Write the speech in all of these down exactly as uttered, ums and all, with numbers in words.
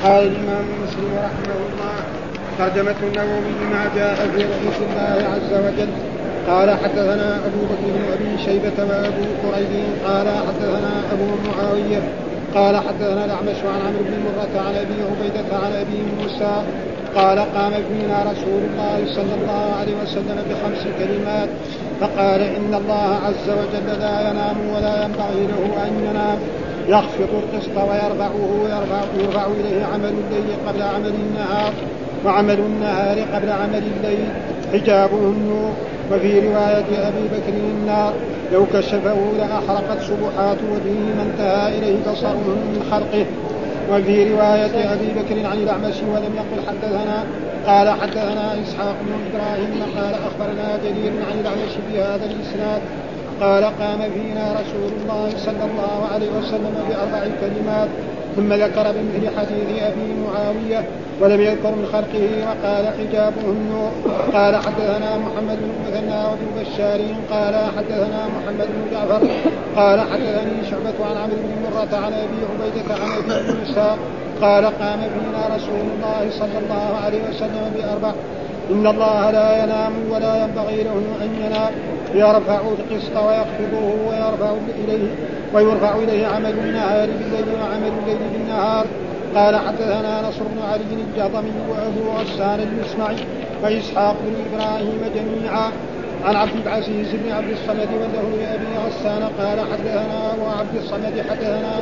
قال الإمام مسلم رحمه الله: ترجمة النووي ما جاء في رؤية الله عز وجل. قال حدثنا أبو بكر بن أبي شيبة وأبو قريب قال حدثنا أبو معاوية قال حدثنا الأعمش عن عمرو بن مرة عن أبي عبيدة عن أبي موسى قال قام فينا رسول الله صلى الله عليه وسلم بخمس كلمات فقال: إن الله عز وجل لا ينام ولا ينبغي له أن ينام، يخفض القسط ويرفعه ويرفع يرفع إليه عمل الليل قبل عمل النهار، وعمل النهار قبل عمل الليل، حجابه النور. وفي رواية أبي بكر النار لو كشفه لأحرقت سبحات وجهه ما انتهى إليه بصره من خلقه. وفي رواية أبي بكر عن الأعمش ولم يقل حدثنا قال حدثنا إسحاق بن إبراهيم قال أخبرنا جرير عن الأعمش بهذا الإسناد قال قام فينا رسول الله صلى الله عليه وسلم بأربع كلمات، ثم ذكر بمثل حديث أبي معاوية ولم يذكر من خلقه وقال حجابه النور. قال حدثنا محمد بن مثنى وابن بشار قال حدثنا محمد بن جعفر قال حدثني شعبة عن عمرو بن مرة عن أبي عبيدة عن أبي موسى قال قام فينا رسول الله صلى الله عليه وسلم بأربع: إن الله لا ينام ولا ينبغي له أن ينام، يرفع القسط ويخفضه ويرفع إليه ويرفع إليه عمل النهار بالليل وعمل الليل بالنهار. قال حدثنا نصر بن علي الجهضمي وأبو غسان المسمعي وإسحاق بن إبراهيم جميعا عن عبد العزيز بن عبد الصمد وله لأبي غسان قال حدثنا أبو عبد الصمد حدثنا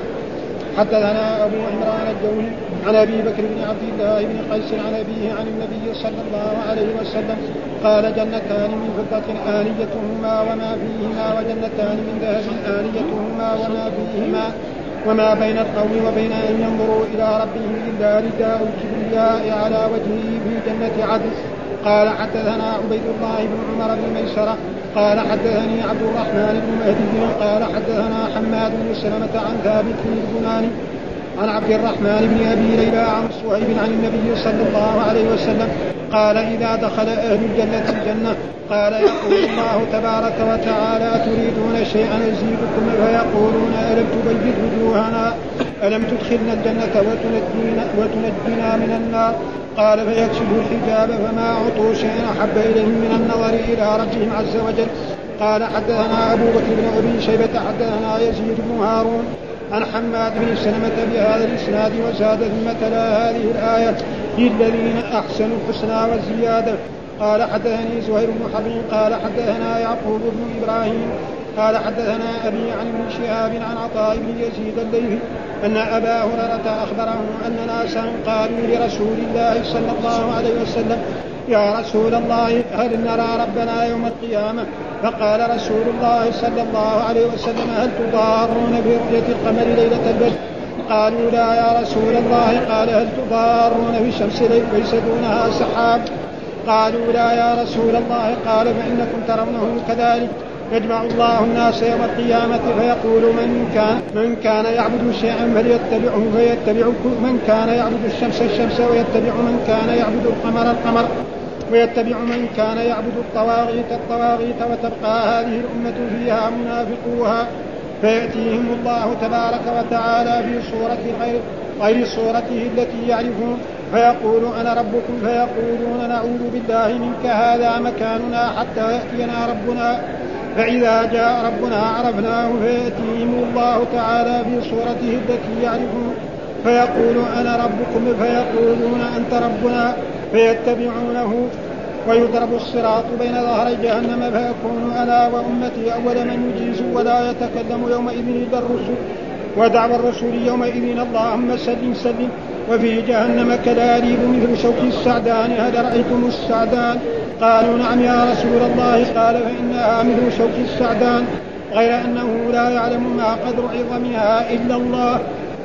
حدثنا أبو عمران الجوهري عن أبي بكر بن عبد الله بن قيس عن أبيه عن النبي صلى الله عليه وسلم قال: جنتان من فضة آنيتهما وما فيهما، وجنتان من ذهب آنيتهما وما فيهما، وما بين القوم وبين أن ينظروا إلى ربهم إلا رداء الكبرياء على وجهه في جنة عدن. قال حدثنا عبيد الله بن عمر بن ميسرة قال حدثني عبد الرحمن بن مهدي قال حدثنا حماد بن سلمة عن ثابت بن البناني عن عبد الرحمن بن أبي ليلى عن صهيب عن النبي صلى الله عليه وسلم قال: إذا دخل أهل الجنة الجنة قال يقول الله تبارك وتعالى: تريدون شيئا أزيدكم؟ فيقولون: ألم تبيض وجوهنا، ألم تدخلنا الجنة وتنجينا, وتنجينا من النار؟ قال: فيكشف الحجاب فما أعطوا شيئا أحب إليهم من النظر إلى ربهم عز وجل. قال حدثنا أبو بكر بن أبي شيبة حدثنا يزيد بن هارون عن حماد بن سلمة بهذا الإسناد وزاد ثم تلا هذه الآية: للذين أحسنوا الحسنى وزيادة. قال حدثني زهير بن حرب قال حدثنا يعقوب بن إبراهيم قال حدثنا أبي عن ابن شهاب عن عطاء بن يزيد الليثي أن أبا هريرة أخبره أن ناسا قالوا لرسول الله صلى الله عليه وسلم: يا رسول الله، هل نرى ربنا يوم القيامة؟ فقال رسول الله صلى الله عليه وسلم: هل تضارون برؤية القمر ليلة البدر؟ قالوا: لا يا رسول الله. قال: هل تضارون في الشمس ليس دونها سحاب؟ قالوا: لا يا رسول الله. قال: فإنكم ترونه كذلك. يجمع الله الناس يوم القيامة فيقول: من كان, من كان يعبد شيئا فليتبعه فيتبع من كان يعبد الشمس الشمس، ويتبع من كان يعبد القمر القمر، ويتبع من كان يعبد الطواغيت الطواغيت، وتبقى هذه الأمة فيها منافقوها، فيأتيهم الله تبارك وتعالى في صورة غير, غير صورته التي يعرفون فيقول: أنا ربكم، فيقولون: نعوذ بالله منك، هذا مكاننا حتى يأتينا ربنا. فإذا جاء ربنا عرفناه فيأتيهم الله تعالى في صورته التي يعرفون فيقول: أنا ربكم، فيقولون: أنت ربنا، فيتبعونه، ويضرب الصراط بين ظهري جهنم فيكون أنا وأمتي أول من يجيز، ولا يتكلم يومئذ إلا الرسل، ودعوى الرسول يومئذ: اللهم سلم سلم. وفي جهنم كلاليب مثل شوك السعدان، هل رأيتم السعدان؟ قالوا: نعم يا رسول الله. قال: فإنها مثل شوك السعدان، غير أنه لا يعلم ما قدر عظمها إلا الله.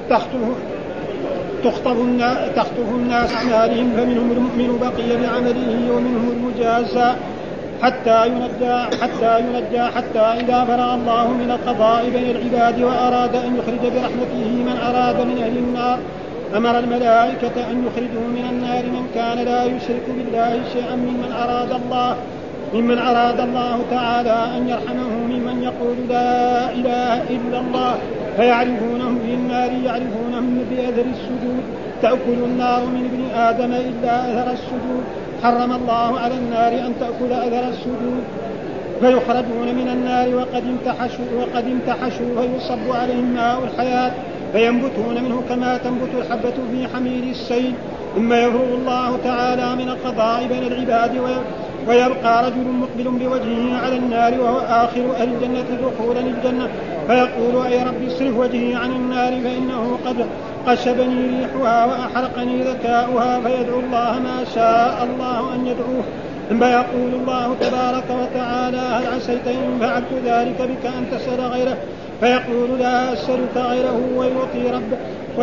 تخطف الناس, تخطف الناس أعمالهم، فمنهم المؤمن بقي بعمله، ومنهم المجازى حتى ينجى حتى ينجى حتى إذا فرغ الله من القضاء بين العباد وأراد أن يخرج برحمته من أراد من أهل النار، أمر الملائكة أن يخرجوا من النار من كان لا يشرك بالله شيئا ممن أراد الله ممن أراد الله تعالى أن يرحمه ممن يقول لا إله إلا الله، فيعرفونهم في النار يعرفونهم بأثر السجود تأكل النار من ابن آدم إلا أثر السجود حرم الله على النار أن تأكل أثر السجود فيخرجون من النار وقد امتحشوا, وقد امتحشوا فيصب عليهم ماء الحياة فينبتون منه كما تنبت الحبة في حميل السيل ثم يفرغ الله تعالى من القضاء بين العباد ويبقى رجل مقبل بوجهه على النار وهو آخر أهل الجنة دخولا الجنة فيقول أي رب اصرف وجهي عن النار فإنه قد قشبني ريحها وأحرقني ذكاؤها فيدعو الله ما شاء الله أن يدعوه ثم يقول الله تبارك وتعالى هل عسيت إن فعلت ذلك بك أن تسأل غيره فيقول لا أسألك غيره ويعطي ربه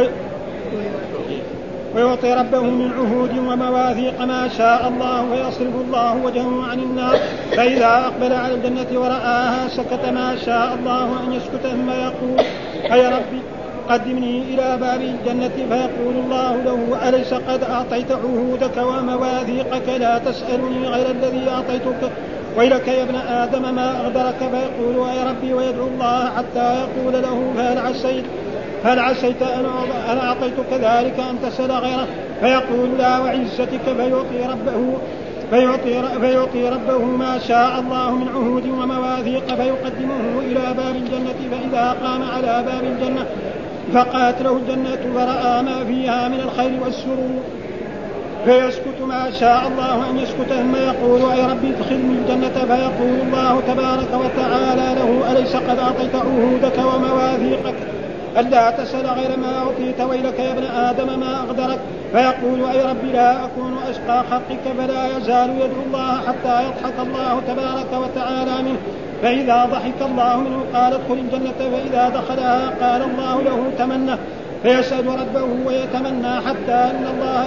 ويعطي ربه من عهود ومواثيق ما شاء الله ويصرف الله وجهه عن النار فإذا أقبل على الجنة ورآها سكت ما شاء الله أن يسكت ثم يقول أي ربي قدمني إلى باب الجنة فيقول الله له أليس قد أعطيت عهودك ومواثيقك لا تسألني غير الذي أعطيتك ويلك يا ابن آدم ما أغدرك فيقول أي ربي ويدعو الله حتى يقول له فهل عسيت هل عسيت أن أعطيتك ذلك أن تسأل غيره فيقول لا وعزتك فيعطي ربه فيعطي, فيعطي ربه ما شاء الله من عهود ومواثيق فيقدمه إلى باب الجنة فإذا قام على باب الجنة فقالت له الجنة فرأى ما فيها من الخير والسرور فيسكت ما شاء الله أن يسكت ثم يقول أي ربي ادخلني الجنة فيقول الله تبارك وتعالى له أليس قد أعطيت عهودك ومواثيقك ألا تسأل غير ما أعطيت ويلك يا ابن آدم ما أغدرك فيقول أي ربي لا أكون أشقى خلقك فلا يزال يدعو الله حتى يضحك الله تبارك وتعالى منه فإذا ضحك الله منه قال ادخل الجنة فإذا دخلها قال الله له تمنى فيسأل ربه ويتمنى حتى إن الله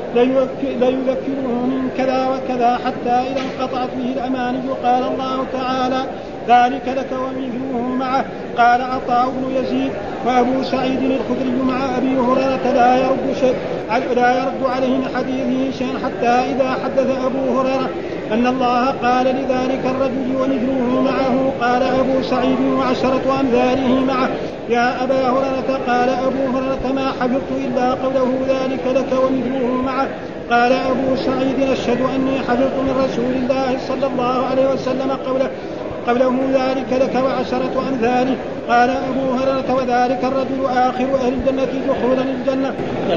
ليذكره من كذا وكذا حتى إذا انقطعت به الأماني قال الله تعالى ذلك لك ومثله معه. قال عطاء بن يزيد وأبو سعيد الخدري مع أبي هريرة لا يرد شيء لا يرد عليه من حديثه شيئا حتى إذا حدث أبو هريرة أن الله قال لذلك الرجل ومثله معه قال أبو سعيد وعشرة أمثاله معه يا أبا هريرة قال أبو هريرة ما حفظت إلا قوله ذلك لك ومثله معه. قال أبو سعيد أشهد أني حفظت من رسول الله صلى الله عليه وسلم قوله قبله ذلك لك وعشرة أمثاله. قال أبو هريرة وذلك الرجل آخر أهل الجنة دخولا الجنة.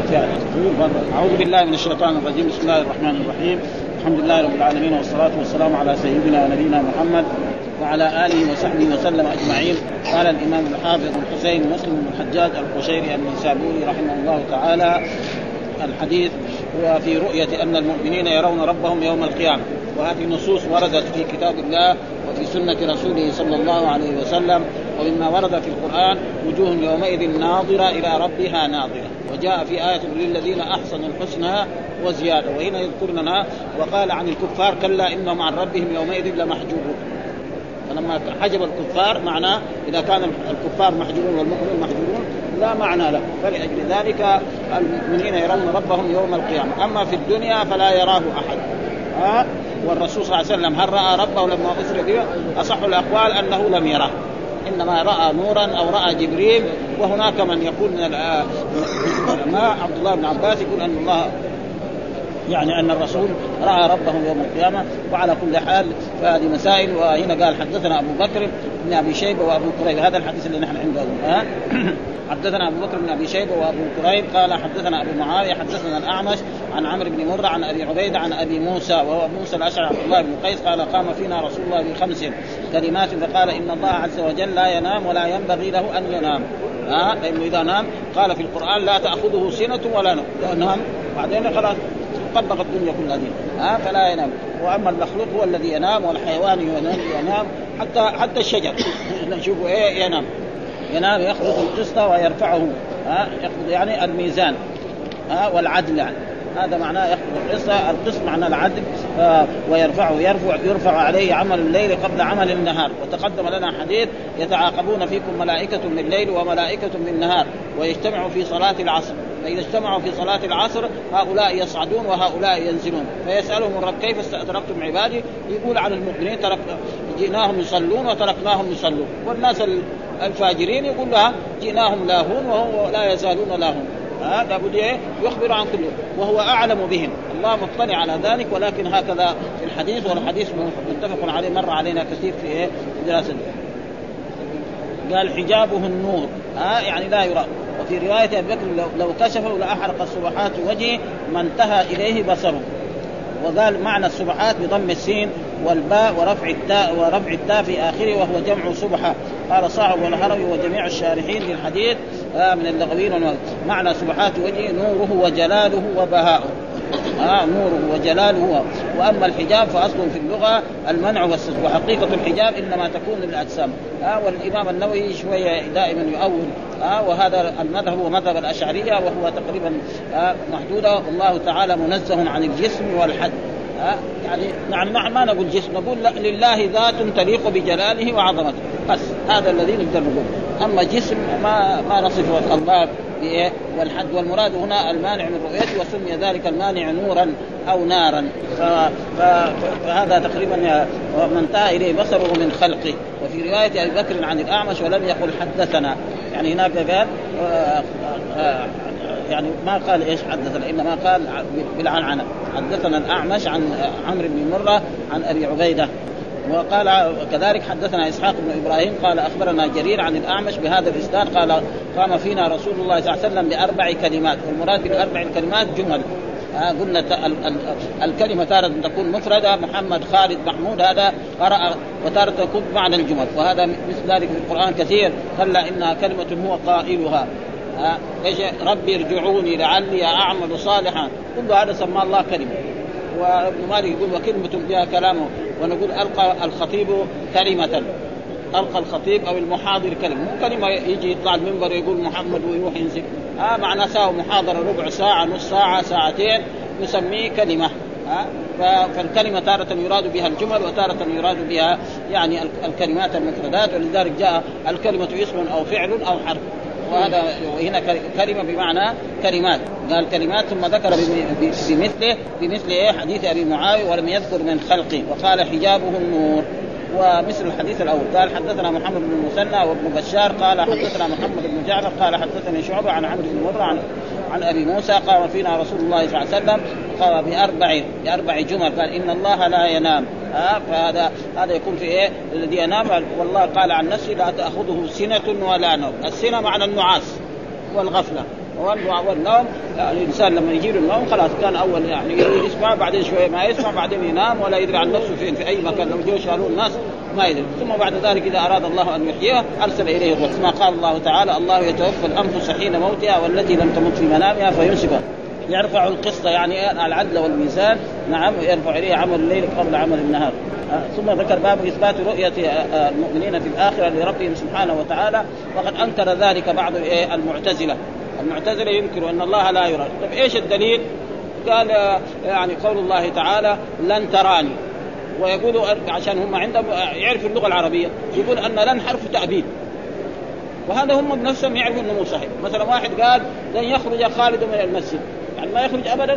أعوذ بالله من الشيطان الرجيم. بسم الله الرحمن الرحيم. الحمد لله رب العالمين والصلاة والسلام على سيدنا ونبينا محمد وعلى آله وصحبه وسلم أجمعين. قال الإمام الحافظ الحسين مسلم بن الحجاج القشيري النيسابوري رحمه الله تعالى الحديث هو في رؤية أن المؤمنين يرون ربهم يوم القيامة، وهذه النصوص وردت في كتاب الله وفي سنة رسوله صلى الله عليه وسلم، ومما ورد في القرآن وجوه يومئذ ناظرة إلى ربها ناظرة. وجاء في آية للذين أحسنوا الحسنى وزيادة. وهنا يذكرنا وقال عن الكفار كلا إنهم عن ربهم يومئذ لمحجوبون. فلما حجب الكفار معناه إذا كان الكفار محجوبون والمؤمنون محجوبون لا معنى له، فلأجل ذلك المؤمنين يرون ربهم يوم القيامة. أما في الدنيا فلا يراه أحد. ها؟ والرسول صلى الله عليه وسلم هل رأى ربه لما أسر به؟ أصح الأقوال أنه لم يره، إنما رأى نورا أو رأى جبريل. وهناك من يقول من العلماء عبد الله بن عباس يقول أن الله يعني أن الرسول رأى ربه يوم القيامة. وعلى كل حال فهذه مسائل. وهنا قال حدثنا أبو بكر بن أبي شيبة وأبو كريب، هذا الحديث اللي نحن عنده. ها حدثنا أبو بكر بن أبي شيبة وأبو كريب قال حدثنا أبو معاوية حدثنا الأعمش عن عمرو بن مرة عن أبي عبيدة عن أبي موسى وهو موسى الأشعري عبد الله بن قيس قال قام فينا رسول الله بخمس كلمات فقال إن الله عز وجل لا ينام ولا ينبغي له أن ينام. ها لأنه إذا نام قال في القرآن لا تأخذه سنة ولا نوم، نام بعدين خلاص طبق الدنيا كلها دي. ها فلا ينام. وأما المخلوق هو الذي ينام، والحيوان ينام, ينام حتى حتى الشجر نشوفه إيه ينام ينام يخفض القسط ويرفعه. ها يخفض يعني الميزان. ها والعدل يعني هذا معناه يخفض القسط. القسط معناه العدل. آه ويرفعه يرفع يرفع عليه عمل الليل قبل عمل النهار. وتقدم لنا حديث يتعاقبون فيكم ملائكة من الليل وملائكة من النهار ويجتمعوا في صلاة العصر. فإذا اجتمعوا في صلاة العصر هؤلاء يصعدون وهؤلاء ينزلون فيسألهم الرب كيف تركتم عبادي؟ يقول عن المؤمنين ترك جئناهم يصلون وتركناهم يصلون. والناس الفاجرين يقول لها جئناهم لاهون وهم لا يزالون لاهون. ها لابد إيه يخبر عن كل وهو أعلم بهم. الله مطلع على ذلك، ولكن هكذا في الحديث، والحديث متفق عليه مر علينا كثير في إيه دراسة. قال حجابه النور ها يعني لا يرى. وفي رواية أبي بكر لو كشفه لأحرق السبحات وجهه ما انتهى إليه بصره. وقال معنى السبحات بضم السين والباء ورفع التاء ورفع التاء في آخره وهو جمع سبحة. قال صاحب والهروي وجميع الشارحين للحديث آه من اللغويين معنى سبحات وجهه نوره وجلاله وبهاؤه. آه نوره وجلاله. وأما الحجاب فأصل في اللغة المنع والستر، وحقيقة الحجاب إنما تكون للأجسام. آه والإمام النووي شوية دائما يؤول آه وهذا المذهب هو مذهب الأشعرية، وهو تقريبا آه محدودة. والله تعالى منزه عن الجسم والحد. آه يعني نعم ما نقول جسم، نقول لله ذات تليق بجلاله وعظمته، بس هذا الذي نقدر نقول. أما جسم ما ما نصفه الله بإيه والحد. والمراد هنا المانع من رؤيته، وسمي ذلك المانع نورا أو نارا. فهذا تقريبا من انتهى إليه بصره من خلقه. وفي رواية أبي بكر عن الأعمش ولم يقل حدثنا، يعني هناك قال يعني ما قال إيش حدثنا، إنما قال بالعنعنة حدثنا الأعمش عن عمرو بن مرة عن أبي عبيدة. وقال كذلك حدثنا إسحاق بن إبراهيم قال أخبرنا جرير عن الأعمش بهذا الإسناد قال قام فينا رسول الله صلى الله عليه وسلم بأربع كلمات. والمراد بالأربع الكلمات جمل. آه قلنا ال- ال- الكلمة تارة تكون مفردة، محمد خالد محمود هذا قرأ، وتارة تكون معنى الجمل. وهذا مثل ذلك في القرآن كثير. كلا إنها كلمة هو قائلها. آه إيش ربي ارجعوني لعلي أعمل صالحا. كل هذا سمى الله كلمة. وابن مالك يقول وكلمة بها كلامه. ونقول ألقى الخطيب كلمة، ألقى الخطيب أو المحاضر كلمة، مو كلمة يجي يطلع المنبر يقول محمد ويروح ينزل. آه معنى ساعة محاضرة ربع ساعة نص ساعة ساعتين نسميه كلمة. آه فالكلمة تارة يراد بها الجمل، وتارة يراد بها يعني الكلمات المفردات. ولذلك جاء الكلمة اسم أو فعل أو حرف. وهذا هنا كلمة بمعنى كلمات. قال كلمات ثم ذكر بمثله بمثل إيه حديث أبي معاوية ولم يذكر من خلقه. وقال حجابه النور. ومثل الحديث الأول قال حدثنا محمد بن المثنى وابن بشار قال حدثنا محمد بن جعفر قال حدثني شعبة عن عمرو بن مرة عن عن أبي موسى قال فينا رسول الله صلى الله عليه وسلم قال بأربع بأربع جمل قال إن الله لا ينام. آه فهذا هذا يكون في إيه الذي ينام. والله قال عن نفسه لا تأخذه سنة ولا نوم. السنة معنى النعاس والغفلة، والنوم يعني الإنسان لما يجيله النوم خلاص كان أول يعني يسمع بعدين شوية ما يسمع بعدين ينام ولا يدري عن نفسه فين في أي مكان. لو جو شالوه الناس ما يدري. ثم بعد ذلك إذا أراد الله أن يحييه أرسل إليه الروح. ما قال الله تعالى الله يتوفى الأنفس حين موتها والتي لم تمت في منامها فيمسكها. يرفع القسط يعني العدل والميزان. نعم يرفع إليه عمل الليل قبل عمل النهار. ثم ذكر باب إثبات رؤية المؤمنين في الآخرة لربهم سبحانه وتعالى. وقد أنكر ذلك بعض المعتزلة. المعتزلة ينكروا أن الله لا يرى. طب إيش الدليل؟ قال يعني قول الله تعالى لن تراني. ويقولوا عشان هم عندهم يعرفوا اللغة العربية يقول أن لن حرف تأبيد، وهذا هم بنفسهم يعرفوا أنه مو صحيح. مثلا واحد قال لن يخرج خالد من المسجد، يعني ما يخرج أبدا.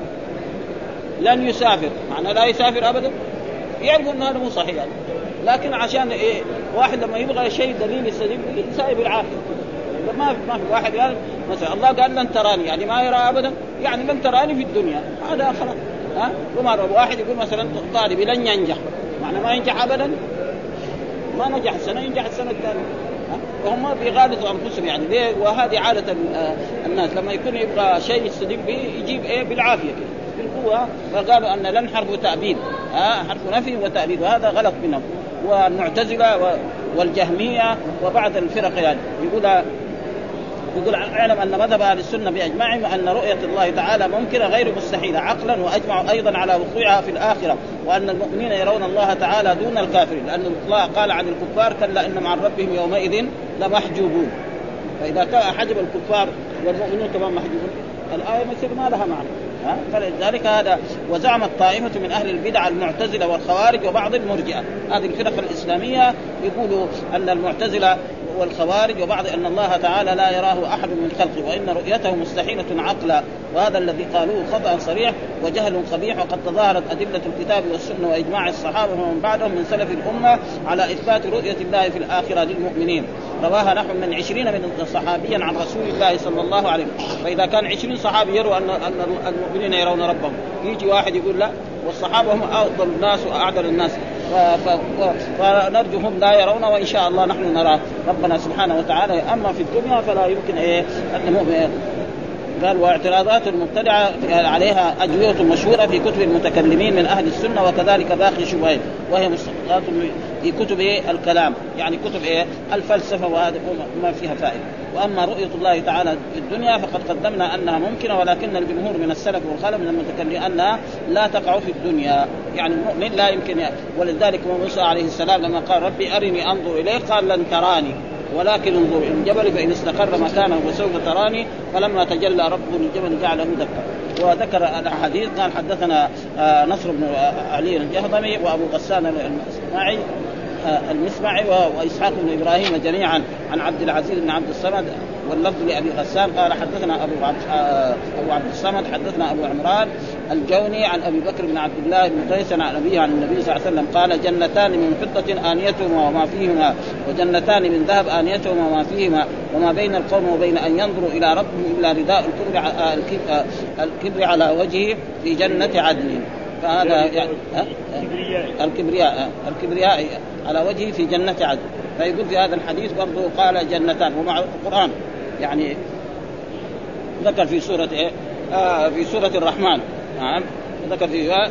لن يسافر معنى لا يسافر أبدا، يعرفوا أن هذا مو صحيح يعني. لكن عشان إيه واحد لما يبغى شيء دليل يستدل يساوي بالعافية. ما في ما في واحد قال مثلا الله قال لن تراني يعني ما يرى أبدا، يعني لن تراني في الدنيا هذا خلاص. ها وما واحد يقول مثلا طالبي لن ينجح معنى ما ينجح أبدا، ما نجح السنة ينجح السنة الثانية. وهم بيغالطوا أنفسهم يعني ليه. وهذه عادة الناس لما يكون يبغى شيء يستدل به يجيب إيه بالعافية كده بالقوة. فقالوا أن لن حرف تأبيد، ها حرف نفي وتأبيد، وهذا غلط منهم. والمعتزلة والجهمية وبعض الفرق يعني يقول يقول اعلم أن مذهب أهل السنة بأجمعهم أن رؤية الله تعالى ممكنة غير مستحيلة عقلا، وأجمعوا أيضا على وقوعها في الآخرة، وأن المؤمنين يرون الله تعالى دون الكافرين، لأن الله قال عن الكفار كلا إن عن ربهم يومئذ لمحجوبون. فإذا كان حجب الكفار والمؤمنون كمان محجوبون الآية مثل ما لها معنى. فلذلك هذا وزعمت طائفة من أهل البدع المعتزلة والخوارج وبعض المرجئة. هذه الفرق الإسلامية يقولوا أن المعتزلة والخوارج وبعض أن الله تعالى لا يراه أحد من خلقه وإن رؤيته مستحيلة عقلا، وهذا الذي قالوه خطأ صريح وجهل قبيح. وقد تظاهرت أدلة الكتاب والسنة وإجماع الصحابة ومن بعدهم من سلف الأمة على إثبات رؤية الله في الآخرة للمؤمنين، رواها نحو من عشرين من صحابيا عن رسول الله صلى الله عليه وسلم. فإذا كان عشرين صحابي يروا أن المؤمنين يرون ربهم، يجي واحد يقول لا، والصحابة هم أفضل الناس وأعدل الناس، فنرجوهم لا يرون وإن شاء الله نحن نرى ربنا سبحانه وتعالى. أما في الدنيا فلا يمكن إيه أنه قال. واعتراضات المبتدعة عليها أجوبة مشهورة في كتب المتكلمين من أهل السنة، وكذلك باقي شبهات وهي مستقلات في كتب الكلام، يعني كتب إيه الفلسفة، وهذا ما فيها فائدة. وأما رؤية الله تعالى في الدنيا فقد قدمنا أنها ممكنة، ولكن الجمهور من السلف والخلف من المتكلمين أنها لا تقع في الدنيا، يعني المؤمن لا يمكن. ولذلك موسى عليه السلام لما قال ربي أرني أنظر إليه قال لن تراني ولكن انظر إلى الجبل فإن استقر مكانه فسوف تراني، فلما تجلى ربه للجبل جعله دكا. وذكر الحديث قال حدثنا نصر بن علي الجهضمي وأبو غسان المسمعي المسمعي وإسحاق بن إبراهيم جميعا عن عبد العزيز بن عبد الصمد، واللفظ لأبي غسان قال حدثنا أبو عبد, أبو عبد الصمد حدثنا أبو عمران الجوني عن أبي بكر بن عبد الله بن قيس عن أبيه عن النبي صلى الله عليه وسلم قال جنتان من فضة آنيتهما وما فيهما، وجنتان من ذهب آنيتهما وما فيهما، وما بين القوم وبين أن ينظروا إلى ربهم إلا رداء الكبر, الكبر على وجهه في جنة عدن. فهذا يعني الكبرياء الكبرياء على وجهه في جنة عدن. فيقول في هذا الحديث برضو قال جنتان، ومع القرآن يعني ذكر في سورة إيه؟ آه في سورة الرحمن نعم ذكر فيها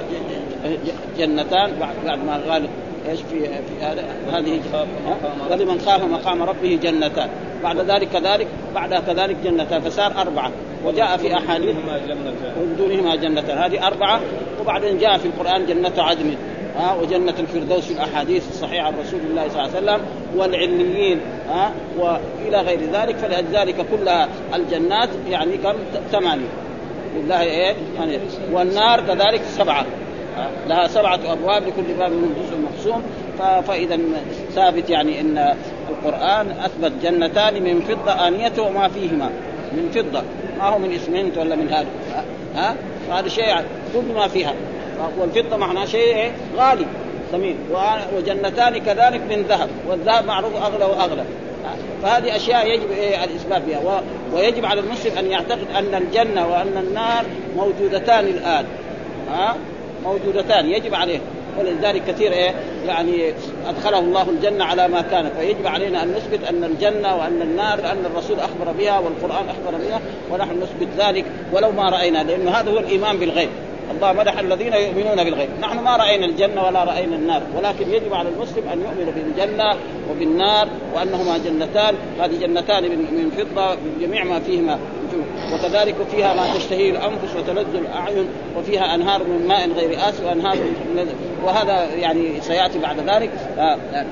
جنتان بعد ما قال ايش في في هذه ولمن خاف مقام ربه جنتان، بعد ذلك كذلك بعد كذلك جنتان، فصار أربعة. وجاء في أحاديث وبدونهما جنتان، هذه أربعة. وبعدين جاء في القرآن جنة عدن ها وجنة الفردوس في الأحاديث الصحيحة عن رسول الله صلى الله عليه وسلم، والعليين ها وإلى غير ذلك. فلذلك كل الجنات يعني كم ثمانية لله إيه يعني. والنار كذلك سبعة لها سبعة أبواب لكل باب منهم جزء مقسوم. فإذا ثابت يعني إن القرآن أثبت جنتان من فضة آنيته وما فيهما من فضة، ما هو من إسمنت ولا من هذا ها هذا شيء كل ما فيها، والفضة معناه شيء غالي ثمين. وجنتان كذلك من ذهب، والذهب معروف أغلى وأغلى. فهذه أشياء يجب إيه الإثبات بها. ويجب على المسلم أن يعتقد أن الجنة وأن النار موجودتان الآن ها موجودتان يجب عليه. ولذلك كثير إيه يعني أدخله الله الجنة على ما كان. فيجب علينا أن نثبت أن الجنة وأن النار أن الرسول أخبر بها والقرآن أخبر بها، ونحن نثبت ذلك ولو ما رأينا، لأن هذا هو الإيمان بالغيب. الله مدح الذين يؤمنون بالغيب، نحن ما رأينا الجنة ولا رأينا النار، ولكن يجب على المسلم أن يؤمن بالجنة وبالنار وأنهما جنتان. هذه جنتان من فضة بجميع ما فيهما، وكذلك فيها ما تشتهي الأنفس وتلذ الأعين، وفيها أنهار من ماء غير آسن وأنهار من... وهذا يعني سيأتي بعد ذلك. آه يعني.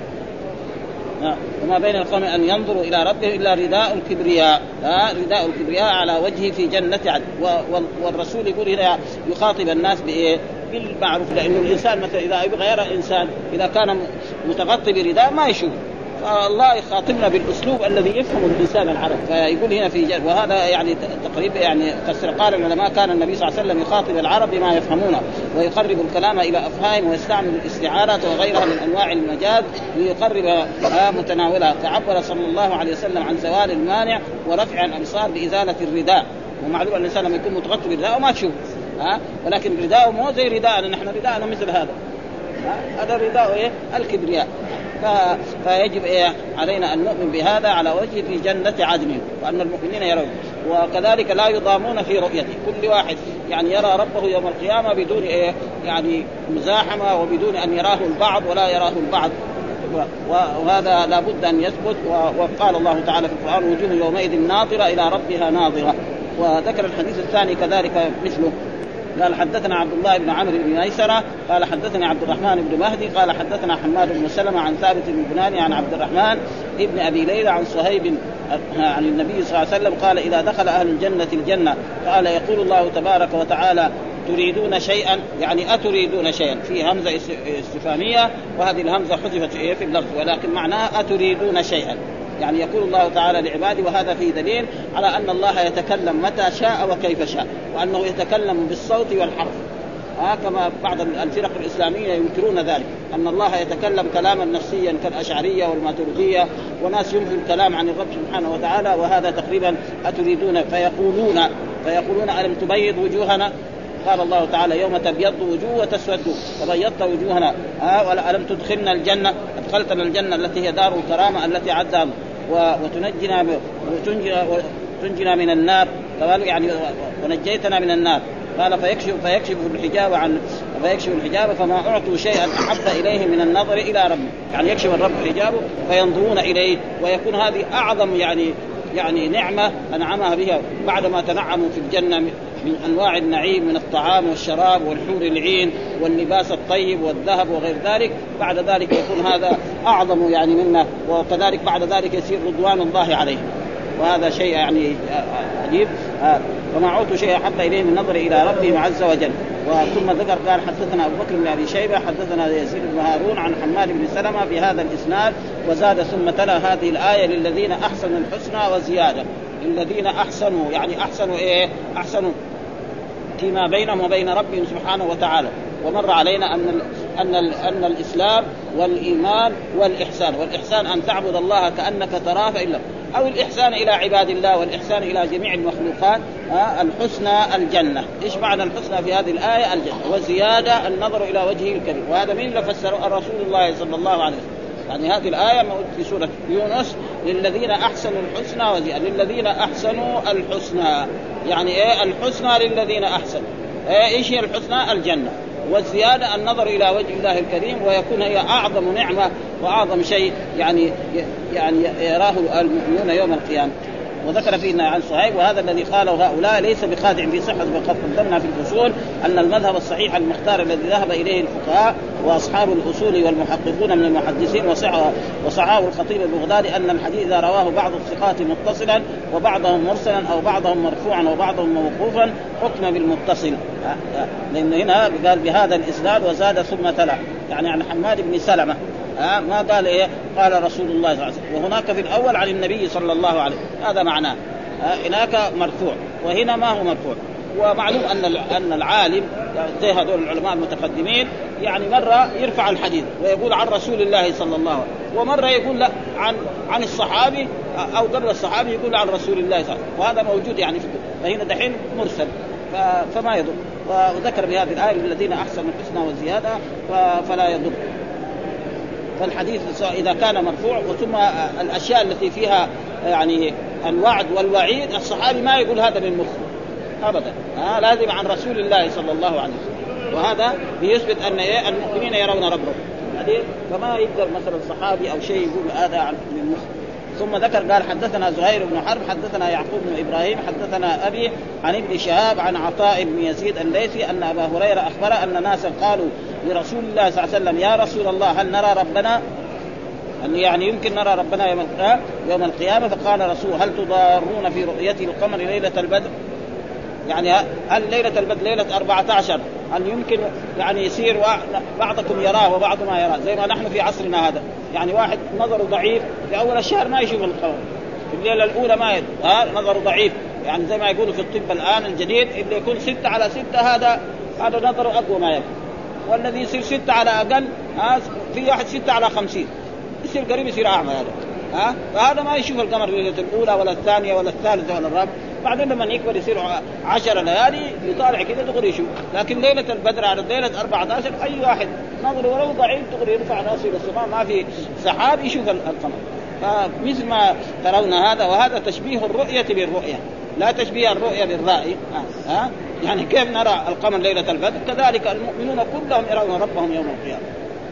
آه. وما بين القوم أن ينظروا إلى ربهم إلا رداء الكبرياء آه رداء الكبرياء على وجهه في جنة عدن. والرسول يقول هنا يخاطب الناس بإيه بالمعروف، لأنه الإنسان مثلا إذا يبغى يرى الإنسان إذا كان متغطي برداء ما يشوف، فالله يخاطبنا بالأسلوب الذي يفهم الإنسان العرب. فيقول هنا في جنة، وهذا يعني تقريبا يعني فسر قال العلماء كان النبي صلى الله عليه وسلم يخاطب العرب بما يفهمونه ويقرب الكلام إلى أفهام ويستعمل الاستعارات وغيرها من أنواع المجاز ليقرب متناولها. تعبر صلى الله عليه وسلم عن زوال المانع ورفع الأبصار بإزالة الرداء. ومعلوم أن الإنسان لما يكون متغطي بالرداء وما تشوف ها، ولكن رداءه مو زي رداءنا نحن، رداءنا مثل هذا هذا رداء إيه الكبرياء. فيجب إيه علينا أن نؤمن بهذا على وجه في جنة عدن، وأن المؤمنين يرون. وكذلك لا يضامون في رؤيته، كل واحد يعني يرى ربه يوم القيامة بدون إيه يعني مزاحمة وبدون أن يراه البعض ولا يراه البعض، وهذا لا بد أن يثبت. وقال الله تعالى في القرآن وجوه يومئذ ناظرة إلى ربها ناظرة. وذكر الحديث الثاني كذلك مثله، قال حدثنا عبد الله بن عمرو بن ميسرة قال حدثنا عبد الرحمن بن مهدي قال حدثنا حماد بن سلمة عن ثابت بن بناني عن عبد الرحمن ابن أبي ليلى عن صهيب عن النبي صلى الله عليه وسلم قال إذا دخل أهل الجنة الجنة قال يقول الله تبارك وتعالى تريدون شيئا، يعني أتريدون شيئا، في همزة استفهامية وهذه الهمزة حذفت في اللفظ، ولكن معناها أتريدون شيئا يعني يقول الله تعالى لعباده، وهذا فيه دليل على أن الله يتكلم متى شاء وكيف شاء، وأنه يتكلم بالصوت والحرف. آه كما بعض الفرق الإسلامية ينكرون ذلك، أن الله يتكلم كلاما نفسيا كالأشعرية والماتريدية، وناس ينفي الكلام عن الرب سبحانه وتعالى، وهذا تقريبا أتريدون فيقولون فيقولون ألم تبيض وجوهنا؟ قال الله تعالى يوم تبيض وجوه وتسود فبيضت وجوهنا. آه ولا ألم تدخلنا الجنة؟ أدخلتنا الجنة التي هي دار الكرامة التي عدها وتنجنا وتنجنا من النار، قالوا يعني ونجيتنا من النار. قال فيكشف فيكشف الحجاب عن فيكشف الحجاب فما أعطوا شيئا أحب إليه من النظر إلى ربه، يعني يكشف الرب حجابه فينظرون إليه، ويكون هذه أعظم يعني يعني نعمة أنعمها بها بعدما تنعموا في الجنة من أنواع النعيم من الطعام والشراب والحور العين واللباس الطيب والذهب وغير ذلك. بعد ذلك يكون هذا أعظم يعني منا، وكذلك بعد ذلك يصير رضوان الله عليهم، وهذا شيء يعني عجيب. وما عوتوا شيء حتى إليه من النظر إلى ربهم عز وجل. وثم ذكر قال حدثنا أبو بكر بن أبي شيبة حدثنا يزيد بن هارون عن حماد بن سلمة بهذا الإسناد، وزاد ثم تلا هذه الآية للذين أحسنوا الحسنى وزيادة. الذين أحسنوا يعني أحسنوا إيه؟ أحسنوا فيما بينهم وبين ربهم سبحانه وتعالى. ومر علينا أن أن أن الإسلام والإيمان والإحسان، والإحسان أن تعبد الله كأنك تراه فإن لم، أو الإحسان إلى عباد الله والإحسان إلى جميع المخلوقات. آه الحسنى الجنة. إيش معنى الحسنى في هذه الآية؟ الجنة. وزيادة النظر إلى وجهه الكريم، وهذا من اللي فسره الرسول الله صلى الله عليه وسلم. يعني هذه الآية موجودة في سورة يونس للذين أحسنوا الحسنى وزيادة. للذين أحسنوا الحسنى يعني إيه؟ الحسنى للذين أحسنوا. إيه إيش هي الحسنى؟ الجنة. والزيادة النظر إلى وجه الله الكريم، ويكون هي أعظم نعمة وأعظم شيء يعني يعني يراه المؤمنون يوم القيامة. وذكر فينا عن صهيب وهذا الذي قاله هؤلاء ليس بخادع في صحة، وقد قدمنا في الفصول أن المذهب الصحيح المختار الذي ذهب إليه الفقهاء وأصحاب الأصول والمحققون من المحدثين وصححه الخطيب البغدادي أن الحديث إذا رواه بعض الثقات متصلا وبعضهم مرسلا أو بعضهم مرفوعا وبعضهم موقوفا حكم بالمتصل، لأن هنا قال بهذا الإسناد وزاد ثم تلا يعني عن حماد بن سلمة. آه ما قال إيه؟ قال رسول الله صلى الله عليه وسلم. وهناك في الأول عن النبي صلى الله عليه وسلم، هذا معناه. آه هناك مرفوع وهنا ما هو مرفوع. ومعلوم أن أن العالم زي هذول العلماء المتقدمين يعني مرة يرفع الحديث ويقول عن رسول الله صلى الله عليه وسلم، ومرة يقول لا عن عن الصحابي أو قبل الصحابي يقول عن رسول الله صلى الله عليه وسلم، وهذا موجود يعني في فهنا دحين مرسل فما يضر. وذكر بهذه الآية الذين أحسنوا الحسنى والزيادة فلا يضر. فالحديث إذا كان مرفوع وثم الأشياء التي فيها يعني الوعد والوعيد الصحابي ما يقول هذا للمخ أبدا، آه لازم عن رسول الله صلى الله عليه وسلم. وهذا بيثبت أن إيه؟ المؤمنين يرون ربهم، فما يقدر مثلا صحابي أو شيء يقول هذا عن للمخ. ثم ذكر قال حدثنا زهير بن حرب حدثنا يعقوب بن إبراهيم حدثنا أبي عن ابن شهاب عن عطاء بن يزيد الليثي أن أبا هريرة أخبر أن ناسا قالوا لرسول الله صلى الله عليه وسلم يا رسول الله هل نرى ربنا؟ يعني يمكن نرى ربنا يوم يوم القيامة؟ فقال رسول هل تضارون في رؤية القمر ليلة البدر؟ يعني هل ليلة البدر ليلة أربعة عشر هل يمكن يعني يصير بعضكم يراه وبعض ما يراه زي ما نحن في عصرنا هذا؟ يعني واحد نظره ضعيف في أول الشهر ما يشوف القمر، في الليلة الأولى ما يد... ها نظره ضعيف، يعني زي ما يقولوا في الطب الآن الجديد اللي يكون ستة على ستة هذا هذا نظره أقوى ما يكون، والذي يصير ستة على أقل ها في واحد ستة على خمسين يصير قريب يصير أعمى هذا، ها فهذا ما يشوف القمر الليلة الأولى ولا الثانية ولا الثالثة ولا الرابعة. بعدين لما يكبر يصير عشر ليالي يطالع كده تقدر يشوف. لكن ليلة البدر على ليلة أربعة عشر أي واحد نظره ولو ضعيف تقدر يرفع راسه إلى السماء ما في سحاب يشوف القمر. فمثل ما ترون هذا، وهذا تشبيه الرؤية بالرؤية لا تشبيه الرؤية بالرأي. ها أه؟ يعني كيف نرى القمر ليلة البدر كذلك المؤمنون كلهم يرون ربهم يوم القيامة،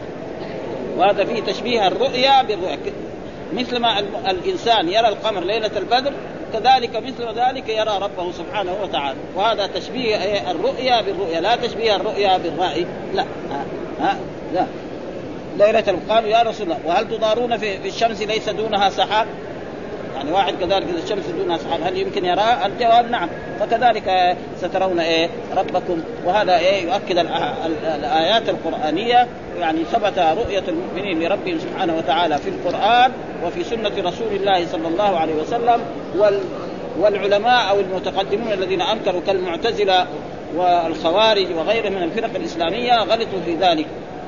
وهذا فيه تشبيه الرؤيا بالرؤيا. مثل ما الإنسان يرى القمر ليلة البدر كذلك مثل ذلك يرى ربه سبحانه وتعالى، وهذا تشبيه الرؤيا بالرؤيا لا تشبيه الرؤيا بالرأي. لا ها ها لا ليلة القمر يا رسول الله وهل تضارون في الشمس ليس دونها سحاب؟ يعني واحد كذلك إذا الشمس دونها سحاب هل يمكن يرى؟ الجواب نعم. فكذلك سترون إيه ربكم. وهذا إيه يؤكد الآيات القرآنية، يعني ثبت رؤية المؤمنين لربهم سبحانه وتعالى في القرآن وفي سنة رسول الله صلى الله عليه وسلم. وال والعلماء أو المتقدمون الذين أنكروا كالمعتزلة والخوارج وغيرهم من الفرق الإسلامية غلطوا في ذلك.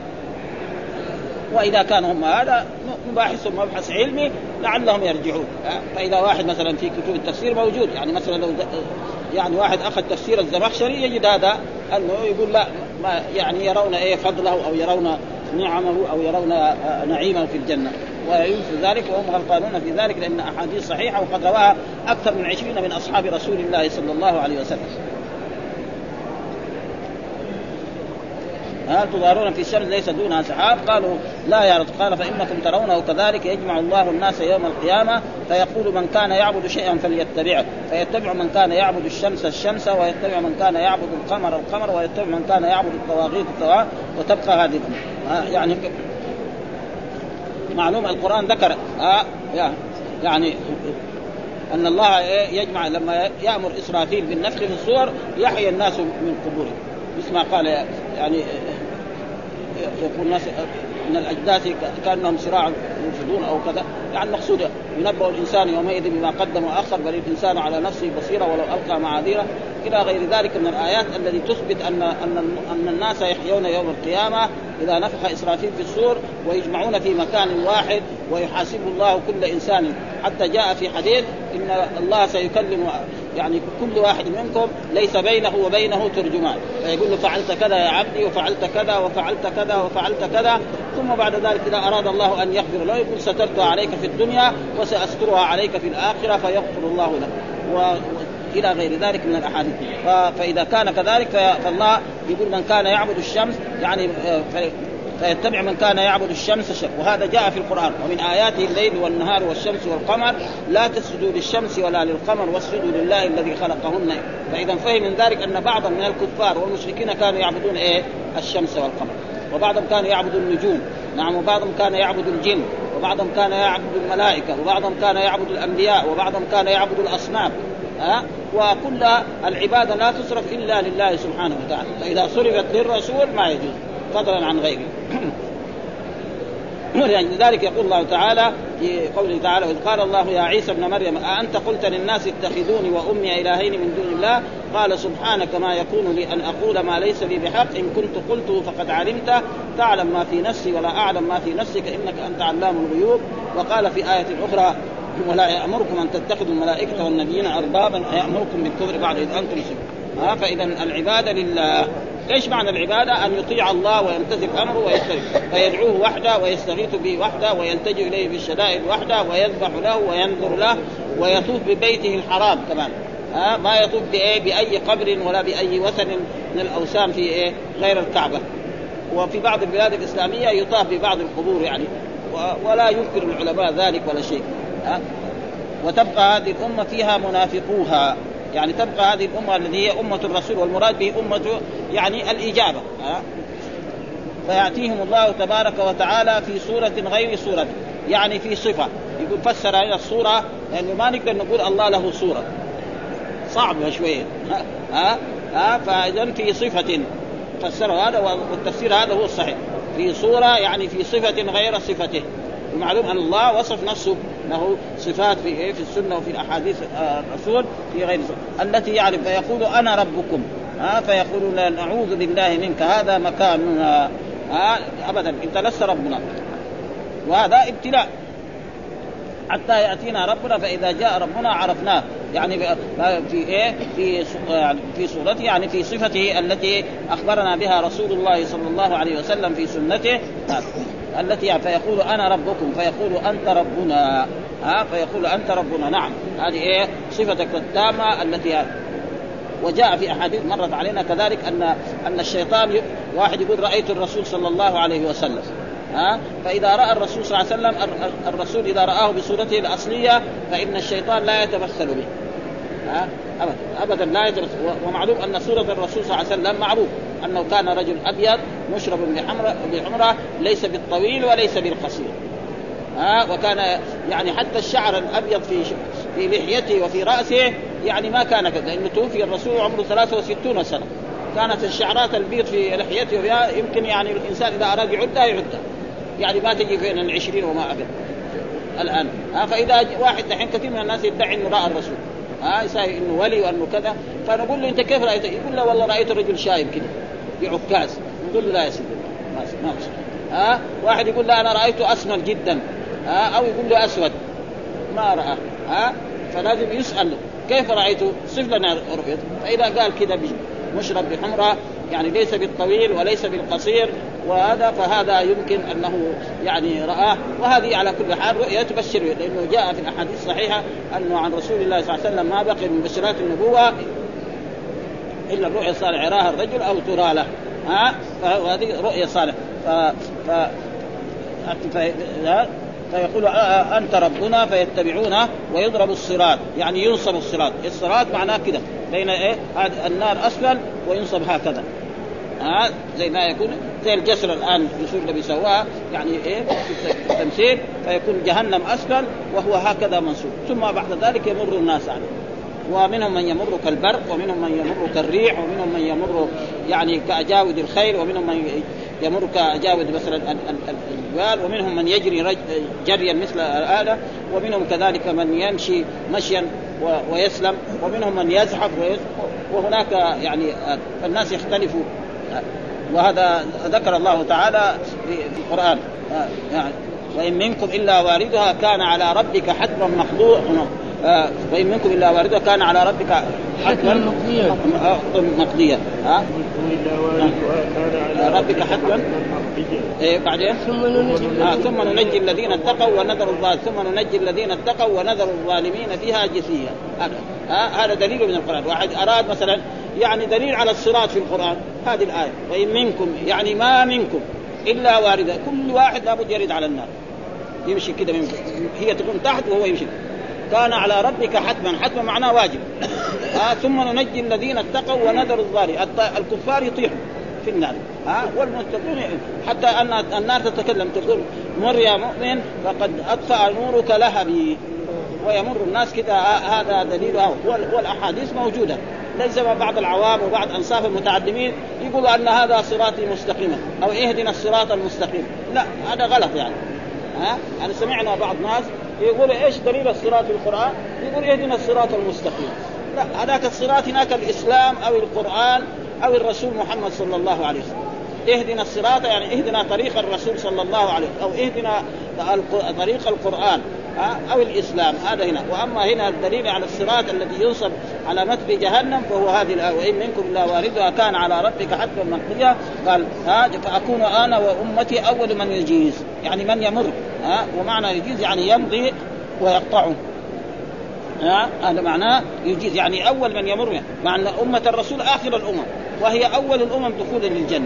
وإذا كانوا هم هذا مباحثهم مبحث علمي لعلهم يرجعون. فإذا واحد مثلا في كتب التفسير موجود، يعني مثلا لو يعني واحد أخذ تفسير الزمخشري يجد هذا أنه يقول لا ما يعني يرون إيه فضله أو يرون نعمه أو يرون نعيمه في الجنة، وينفي ذلك وهم غلطانون في ذلك، لأن أحاديث صحيحة وقد رواها أكثر من عشرين من أصحاب رسول الله صلى الله عليه وسلم. هل تضارون في الشمس ليس دونها سحاب؟ قالوا لا يا رب. قال فإنكم ترونه كذلك يجمع الله الناس يوم القيامة فيقول من كان يعبد شيئا فليتبعه، فيتبع من كان يعبد الشمس الشمس، ويتبع من كان يعبد القمر القمر، ويتبع من كان يعبد الطواغيت الطواغيت، وتبقى هذه يعني معلوم. القرآن ذكر آه يعني أن الله يجمع لما يأمر إسرافيل بالنفخ في الصور يحيي الناس من قبورهم، مثل ما قال يعني يقول الناس ان الاجداث كانهم صراع ينفذون او كذا، يعني مقصود ينبأ الانسان يومئذ بما قدم واخر، بل الانسان على نفسه بصيره ولو القى معاذيره الى غير ذلك من الايات التي تثبت ان ان ان الناس يحيون يوم القيامه اذا نفخ اسرافيل في الصور ويجمعون في مكان واحد ويحاسب الله كل انسان. حتى جاء في حديث ان الله سيكلم يعني كل واحد منكم ليس بينه وبينه ترجمان، فيقول له فعلت كذا يا عبدي وفعلت كذا وفعلت كذا وفعلت كذا، ثم بعد ذلك إذا أراد الله أن يغفر له يقول سترتها عليك في الدنيا وسأسترها عليك في الآخرة فيغفر الله لك، وإلى غير ذلك من الأحاديث. فإذا كان كذلك فالله يقول من كان يعبد الشمس يعني فيتبع من كان يعبد الشمس، وهذا جاء في القرآن ومن آياته الليل والنهار والشمس والقمر لا تسجدوا للشمس ولا للقمر واسجدوا لله الذي خلقهن. فإذا فهم من ذلك أن بعضا من الكفار والمشركين كانوا يعبدون إيه الشمس والقمر، وبعضهم كانوا يعبدوا النجوم، نعم، وبعضهم كان يعبد الجن، وبعضهم كان يعبد الملائكة، وبعضهم كان يعبد الأنبياء، وبعضهم كان يعبد الأصنام. ها وكل العبادة لا تصرف إلا لله سبحانه وتعالى، فإذا صرفت للرسول ما يجوز فضلا عن غيره. لذلك يقول الله تعالى في قوله تعالى وإذ قال الله يا عيسى ابن مريم أأنت قلت للناس اتخذوني وأمي إلهين من دون الله قال سبحانك ما يكون لي أن أقول ما ليس لي بحق إن كنت قلته فقد علمته تعلم ما في نفسي ولا أعلم ما في نفسك إنك أنت علام الغيوب. وقال في آية أخرى ولا يأمركم أن تتخذوا الملائكة والنبيين أربابا أيأمركم بالكفر بعد إذ أنتم مسلمون. فإذا العبادة لله. ايش معنى العبادة؟ ان يطيع الله ويمتثل امره ويستغيث فيدعوه وحده ويستغيث به وحده ويلتجئ اليه بالشدائد وحده ويذبح له وينذر له ويطوف ببيته الحرام كمان، ها ما يطوف بايه باي قبر ولا باي وثن من الاوثان في ايه غير الكعبه. وفي بعض البلاد الاسلاميه يطاف ببعض القبور يعني، ولا ينكر العلماء ذلك ولا شيء. ها وتبقى هذه الامه فيها منافقوها، يعني تبقى هذه الأمة التي هي أمة الرسول والمراد به أمة يعني الإجابة. أه؟ فيأتيهم الله تبارك وتعالى في صورة غير صورة، يعني في صفة. يقول فسر هنا الصورة لأنه يعني ما نقدر نقول الله له صورة، صعب شوية. ها ها فإذن في صفة فسر هذا، والتفسير هذا هو الصحيح، في صورة يعني في صفة غير صفته. ومعلوم أن الله وصف نفسه له صفات في في السنة وفي الأحاديث الرسول في غير صفة التي يعرف فيقول أنا ربكم، ها فيقول لا نعوذ بالله منك هذا مكاننا، ها أبدا أنت لست ربنا. وهذا ابتلاء حتى يأتينا ربنا، فإذا جاء ربنا عرفناه يعني في إيه في في صورته يعني في صفته التي أخبرنا بها رسول الله صلى الله عليه وسلم في سنته التي يعني فيقول أنا ربكم فيقول أنت ربنا، ها فيقول أنت ربنا. نعم هذه إيه صفتك التامة التي هذه. وجاء في أحاديث مرت علينا كذلك أن أن الشيطان واحد يقول رأيت الرسول صلى الله عليه وسلم، ها فإذا رأى الرسول صلى الله عليه وسلم الرسول إذا رآه بصورته الأصلية فإن الشيطان لا يتمثل به، ها أبدا أبدا لا يتمثل. ومعلوم أن صورة الرسول صلى الله عليه وسلم معروف أنه كان رجل أبيض مشرب بحمرة بحمرة ليس بالطويل وليس بالقصير، ها وكان يعني حتى الشعر الأبيض في في لحيته وفي رأسه يعني ما كان كذا، لأنه توفي الرسول عمره ثلاثة وستين سنة، كانت الشعرات البيض في لحيته يمكن يعني الإنسان إذا أراد يعدها يعدها يعني ما تجي بين العشرين وما أقل الآن. ها فإذا واحد دحين كثير من الناس يدعي إنه رأى الرسول ها يساوي إنه ولي وإنه كذا، فنقول له أنت كيف رأيته؟ يقول له والله رأيت الرجل شايب كده بعكاز، نقول له لا يا سيدي ما ما ها واحد يقول له أنا رأيته أسمر جدا ها أو يقول له أسود ما رأى ها، فلازم يسأل كيف رأيته؟ صف لنا رؤيته. فإذا قال كده مشرب بحمرة يعني ليس بالطويل وليس بالقصير وهذا فهذا يمكن أنه يعني رآه. وهذه على كل حال رؤية تبشر، لأنه جاء في الأحاديث الصحيحة أنه عن رسول الله صلى الله عليه وسلم ما بقي من بشرات النبوة إلا الرؤيا الصالحة يراها الرجل أو ترى له ها، فهذه رؤيا صالحة. ف... ف... ف... فيقول أنت ربنا فيتبعونه ويضرب الصراط يعني ينصب الصراط. الصراط معناه كده بين إيه النار أسفل وينصب هكذا ها زي ما يكون زي الجسر الآن الرسول اللي بيسواه يعني إيه في التمثيل، فيكون جهنم أسفل وهو هكذا منصوب، ثم بعد ذلك يمر الناس عليه، ومنهم من يمر كالبرق ومنهم من يمر كالريح ومنهم من يمر يعني كأجاود الخيل ومنهم من يمر كأجاود مثلا الجبال ومنهم من يجري جريا مثل الآلة ومنهم كذلك من يمشي مشيا ويسلم ومنهم من يزحف وهناك يعني الناس يختلفوا. وهذا ذكر الله تعالى في القرآن يعني وإن منكم إلا واردها كان على ربك حتما مقضيا آه وإن منكم إلا واردها كان على ربك حتما مقضيا ها ربك حتما إيه بعدين ثم ننجي آه ثم ننجي الذين اتقوا ونذر الظالمين ثم ننجي الذين اتقوا ونذر الظالمين فيها جثيا. هذا آه هذا دليل من القرآن. واحد أراد مثلا يعني دليل على الصراط في القرآن هذه الآية وإن منكم يعني ما منكم إلا واردها، كل واحد لابد يرد على النار يمشي كده من هي تكون تحت وهو يمشي. كان على ربك حتما، حتما معناه واجب آه ثم ننجي الذين اتقوا ونذر الظالمين. الكفار يطيحوا في النار ها آه والمتقون حتى أن النار تتكلم تقول مر يا مؤمن فقد أطفأ نورك لهبي ويمر الناس كده آه هذا دليل آه والأحاديث موجودة. ليس بعض العوام وبعض أنصاف المتعلمين يقولوا أن هذا صراطي مستقيما أو اهدنا الصراط المستقيم، لا هذا غلط يعني ها. أنا سمعنا بعض ناس يقول إيش دليل الصراط في القرآن؟ يقول اهدنا الصراط المستقيم. لا هذاك الصراط هناك الإسلام أو القرآن أو الرسول محمد صلى الله عليه وسلم. اهدنا الصراط يعني اهدنا طريق الرسول صلى الله عليه وسلم أو اهدنا طريق القرآن أو الإسلام، هذا هنا. وأما هنا الدليل على الصراط الذي ينصب على متن جهنم فهو هذه الآية وإن منكم إلا واردها كان على ربك حتما مقضيا. قال ها فأكون أنا وأمتي أول من يجيز يعني من يمر ها ومعنى يجيز يعني يمضي ويقطعه ها هذا معناه يجيز يعني أول من يمر، مع أن أمة الرسول آخر الأمم وهي أول الأمم دخولا للجنة.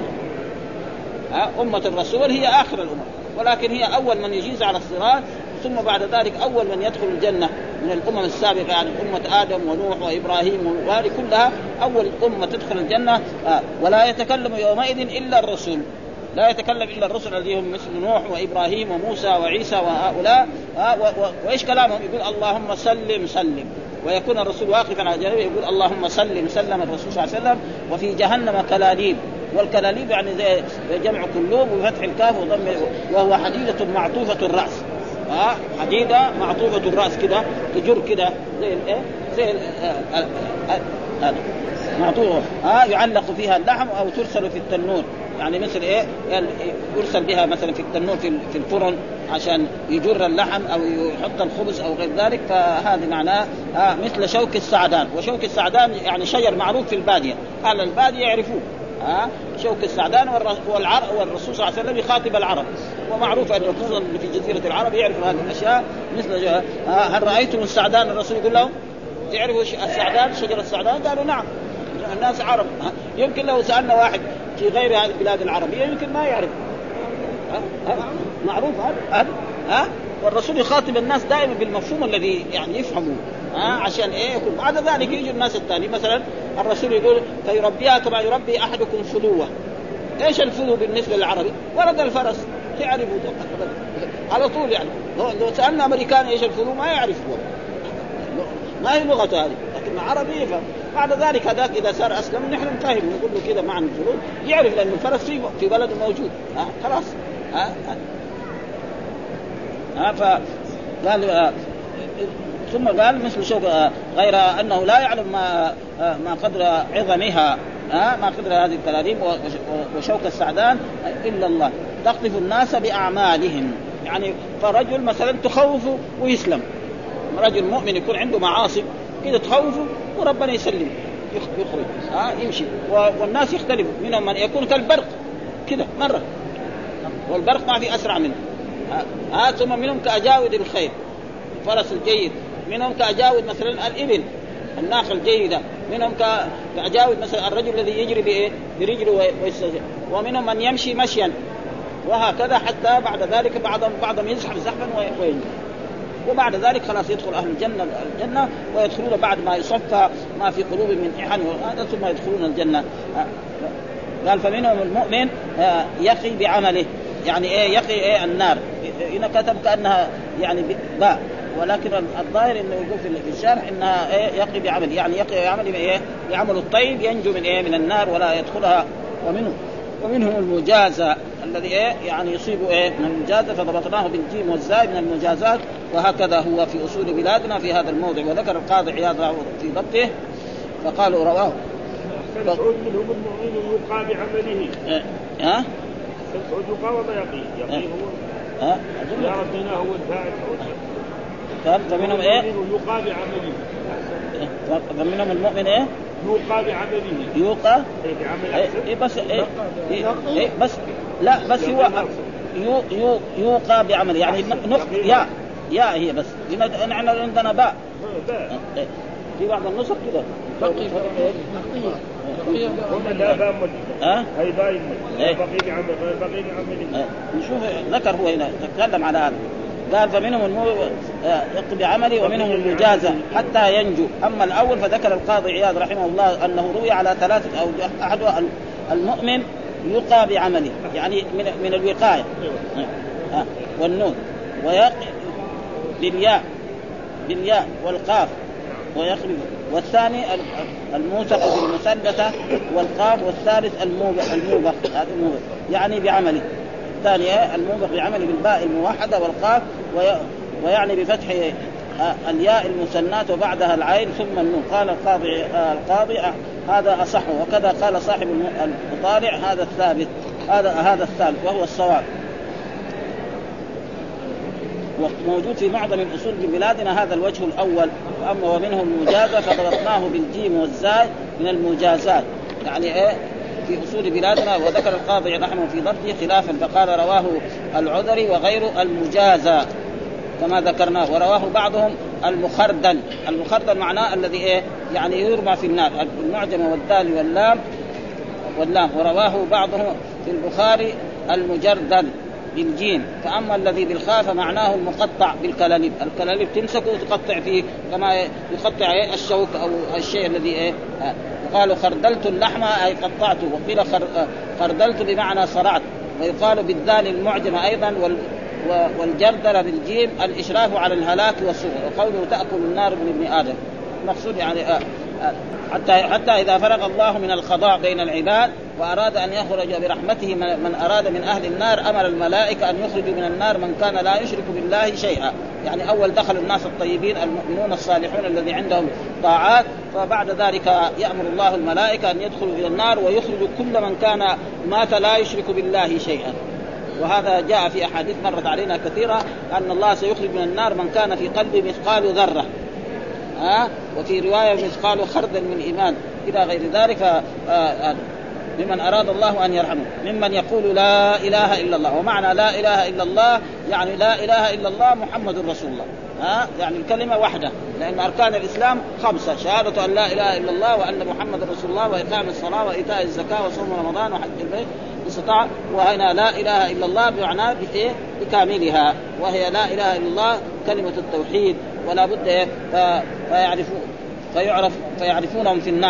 ها أمة الرسول هي آخر الأمم ولكن هي أول من يجيز على الصراط، ثم بعد ذلك أول من يدخل الجنة من الأمم السابقة يعني أمة آدم ونوح وإبراهيم وهذه كلها أول أمة تدخل الجنة. آه. ولا يتكلم يومئذ إلا الرسول، لا يتكلم إلا الرسل الذين مثل نوح وإبراهيم وموسى وعيسى وهؤلاء آه. وإيش كلامهم؟ يقول اللهم سلم سلم، ويكون الرسول واقفا على جانبه يقول اللهم سلم سلم الرسول صلى الله عليه وسلم. وفي جهنم كلاليب، والكلاليب يعني زي جمع كلوب وفتح الكاف وضم، وهو حديدة معطوفة الرأس آه حديدة معطوفة الرأس كده تجر كده زي الايه زي هذا معطوفة آه يعلق فيها اللحم أو ترسل في التنور يعني مثل ايه يرسل بها مثلا في التنور في في الفرن عشان يجر اللحم أو يحط الخبز أو غير ذلك. فهذا معناه آه مثل شوك السعدان، وشوك السعدان يعني شجر معروف في البادية، أهل البادية يعرفوه ها شوك السعدان. والعرب والرسول صلى الله عليه وسلم يخاطب العرب، ومعروف أن الرسول في جزيرة العرب يعرف هذه الأشياء مثل هل رأيتم السعدان؟ الرسول يقول لهم تعرفوا السعدان شجرة السعدان؟ قالوا نعم الناس عرب. يمكن لو سألنا واحد في غير هذه البلاد العربية يمكن ما يعرف معروف هذا ها. والرسول يخاطب الناس دائما بالمفهوم الذي يعني يفهموه ها عشان ايه يكون. بعد ذلك يجي الناس الثاني مثلا الرسول يقول فيربيها كما يربي احدكم فلوه. ايش الفلو بالنسبه للعربي؟ ورد الفرس يعرفوا على طول. يعني لو سألنا أمريكان إيش الفلو ما يعرفوا، ما هي لغته هذه، لكن عربي. بعد ذلك هذاك إذا صار أسلم نحن نفهم نقول له كذا معنى الفلو، يعرف لأن الفرس في في بلده موجود. ها خلاص. ها ها فقال آه ثم قال مثل شوك آه غير أنه لا يعلم ما آه ما قدر عظمها، آه ما قدر هذه الكلاليب وشوك السعدان إلا الله. تخطف الناس بأعمالهم، يعني فرجل مثلا تخوفه ويسلم، رجل مؤمن يكون عنده معاصي كده تخوفه وربنا يسلم يخرج ها يمشي. والناس يختلفوا، منهم من يكون كالبرق كده مرة، والبرق ما في أسرع منه. ها ثم منهم كأجاود الخيل الفرس الجيد، منهم كأجاود مثلا الإبل الناقة الجيدة، منهم كأجاود مثلا الرجل الذي يجري بإيه برجله ويستجيب، ومنهم من يمشي مشيا، وهكذا حتى بعد ذلك بعضهم بعضهم يزحف زحفا وينجو. وبعد ذلك خلاص يدخل أهل الجنة الجنة ويدخلون بعد ما يصفى ما في قلوب من إحن وهذا ثم يدخلون الجنة. قال فمنهم المؤمن يقي بعمله، يعني إيه يقي إيه النار. هنا كتب كأنها يعني باء، ولكن الظاهر إنه يقول في الشرح إنها إيه يقي بعمله، يعني يقي بعمله إيه يعمل الطيب ينجو من إيه من النار ولا يدخلها. ومنه ومنهم المجازة الذي إيه يعني يصيب إيه من المجازة، فضبطناه بالجيم والزاي من المجازات، وهكذا هو في أصول بلادنا في هذا الموضع. وذكر القاضي عياض في ضبطه فقالوا رواه سعود منهم المؤمن يقع بعمله. ها سعود يقع وما يقي يقي هو ها يا ربنا هو الفاعل. قال فمنهم إيه يقع بعمله، فمنهم المؤمن إيه يوقع بعمله، يوقع بعمل إيه بس إيه إيه بس لا بس هو يو يو يوقع بعمل يعني نقط يا يا هي بس لما نحن عندنا باء في بعض النسخ كده بقي لا باء ها هي باء بقي بعمل بقي بعمله. نشوف ذكر هو هنا تكلم على هذا. قال فمنهم المو يقضي بعمله ومنهم المجازة حتى ينجو. أما الأول فذكر القاضي عياض رحمه الله أنه روي على ثلاثة أو أحدها المؤمن يقى بعمله يعني من من الوقاية والنون، ويقي بالياء بالياء والقاف ويقلب، والثاني الموثق بالمثلثة والقاف، والثالث الموبق الموبق هذا الموبق يعني بعمله. الثانية الموبق بعمله بالباء الموحدة والقاف ويعني بفتح الياء المثنات وبعدها العين ثم النون. قال القاضي القاضي هذا أصح، وكذا قال صاحب المطالع هذا الثابت هذا هذا الثالث وهو الصواب، وموجود في معظم الأصول في بلادنا هذا الوجه الأول. أما ومنه المجازة فضبطناه بالجيم والزاي من المجازات يعني إيه في أصول بلادنا. وذكر القاضي رحمه في ضبطه خلافا فقال رواه العذري وغيره المجازة كما ذكرناه، ورواه بعضهم المخردل. المخردل معناه الذي إيه يعني يرمى في النار، المعجم والدال واللام واللام. ورواه بعضهم في البخاري المجردل بالجيم. فأما الذي بالخاء فمعناه المقطع بالكلاليب، الكلاليب تمسكه وتقطع فيه كما يقطع إيه الشوك أو الشيء الذي إيه. قالوا خردلت اللحم أي قطعته، وقيل خردلت بمعنى صرعت. ويقال بالذال المعجم أيضا والجردل بالجيم الإشراف على الهلاك والسوء. وقوله تأكل النار من ابن آدم مقصود يعني آه آه حتى حتى إذا فرغ الله من القضاء بين العباد وأراد أن يخرج برحمته من أراد من أهل النار أمر الملائكة أن يخرجوا من النار من كان لا يشرك بالله شيئا. يعني أول دخل الناس الطيبين المؤمنون الصالحون الذي عندهم طاعات، فبعد ذلك يأمر الله الملائكة أن يدخلوا إلى النار ويخرجوا كل من كان مات لا يشرك بالله شيئا. وهذا جاء في أحاديث مرت علينا كثيرة أن الله سيخرج من النار من كان في قلبه مثقال ذرة، ها وفي رواية مثقال خردل من إيمان إلى غير ذلك، ممن أراد الله أن يرحمه، ممن يقول لا إله إلا الله. ومعنى لا إله إلا الله يعني لا إله إلا الله محمد رسول الله، ها يعني الكلمة واحدة، لأن أركان الإسلام خمسة: شهادة أن لا إله إلا الله وأن محمد رسول الله وإقام الصلاة وإيتاء الزكاة وصوم رمضان وحج البيت استطاع. وهنا لا إله إلا الله بمعنى بإيه بكاملها، وهي لا إله إلا الله كلمة التوحيد. ولا بد فيعرفون فيعرف فيعرفونهم في النار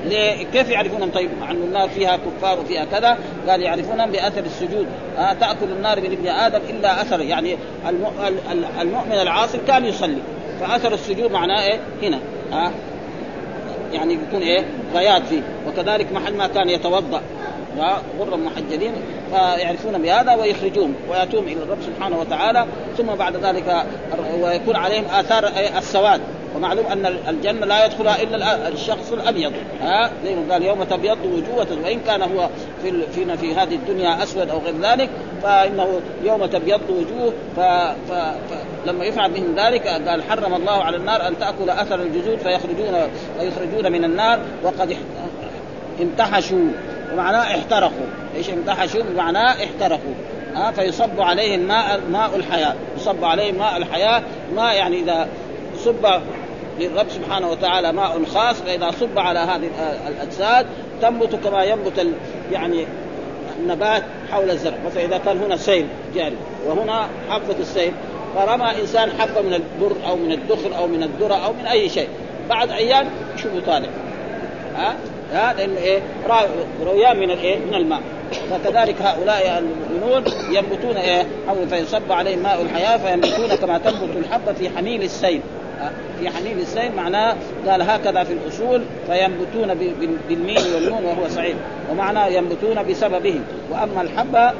كيف يعرفونهم؟ طيب مع أن النار فيها كفار وفيها كذا، قال يعرفونهم بأثر السجود. آه تأكل النار من ابن آدم إلا أثر، يعني المؤمن العاصي كان يصلي، فأثر السجود معناه إيه هنا؟ آه يعني يكون إيه غياض فيه. وكذلك محل ما كان يتوضأ غر محجلين فيعرفون بهذا ويخرجون ويأتون إلى الرب سبحانه وتعالى. ثم بعد ذلك ويكون عليهم آثار السواد. ومعلوم أن الجنة لا يدخلها إلا الشخص الأبيض، ها زي ما قال يوم تبيض وجوه، وإن كان هو في فينا في هذه الدنيا أسود أو غير ذلك، فإنه يوم تبيض وجوه. فلما يفعل بهم ذلك قال حرم الله على النار أن تأكل أثر الجزود فيخرجون ويخرجون من النار وقد انتحشوا، ومعناه احترقوا. ايش انتحشوا؟ معناه احترقوا. ها فيصب عليهم ماء ماء الحياة، يصب عليهم ماء الحياة. ما يعني إذا صب للرب سبحانه وتعالى ماء خاص، فإذا صب على هذه الأجساد تنبت كما ينبت يعني النبات حول الزرع. مثلا إذا كان هنا سيل جاري وهنا حبة السيل، فرمى إنسان حبة من البر أو من الدخن أو من الذرة أو من أي شيء، بعد أيام شوفوا طالع ها ها لأنه إيه رؤيا من الإيه من الماء. فكذلك هؤلاء المؤمنون ينبتون إيه حول فيصب عليهم ماء الحياة فينبتون كما تنبت الحبة في حميل السيل. في حميل السيل معناه قال هكذا في الأصول، فينبتون بالميم والنون وهو صعيد، ومعناه ينبتون بسببه. وأما الحبة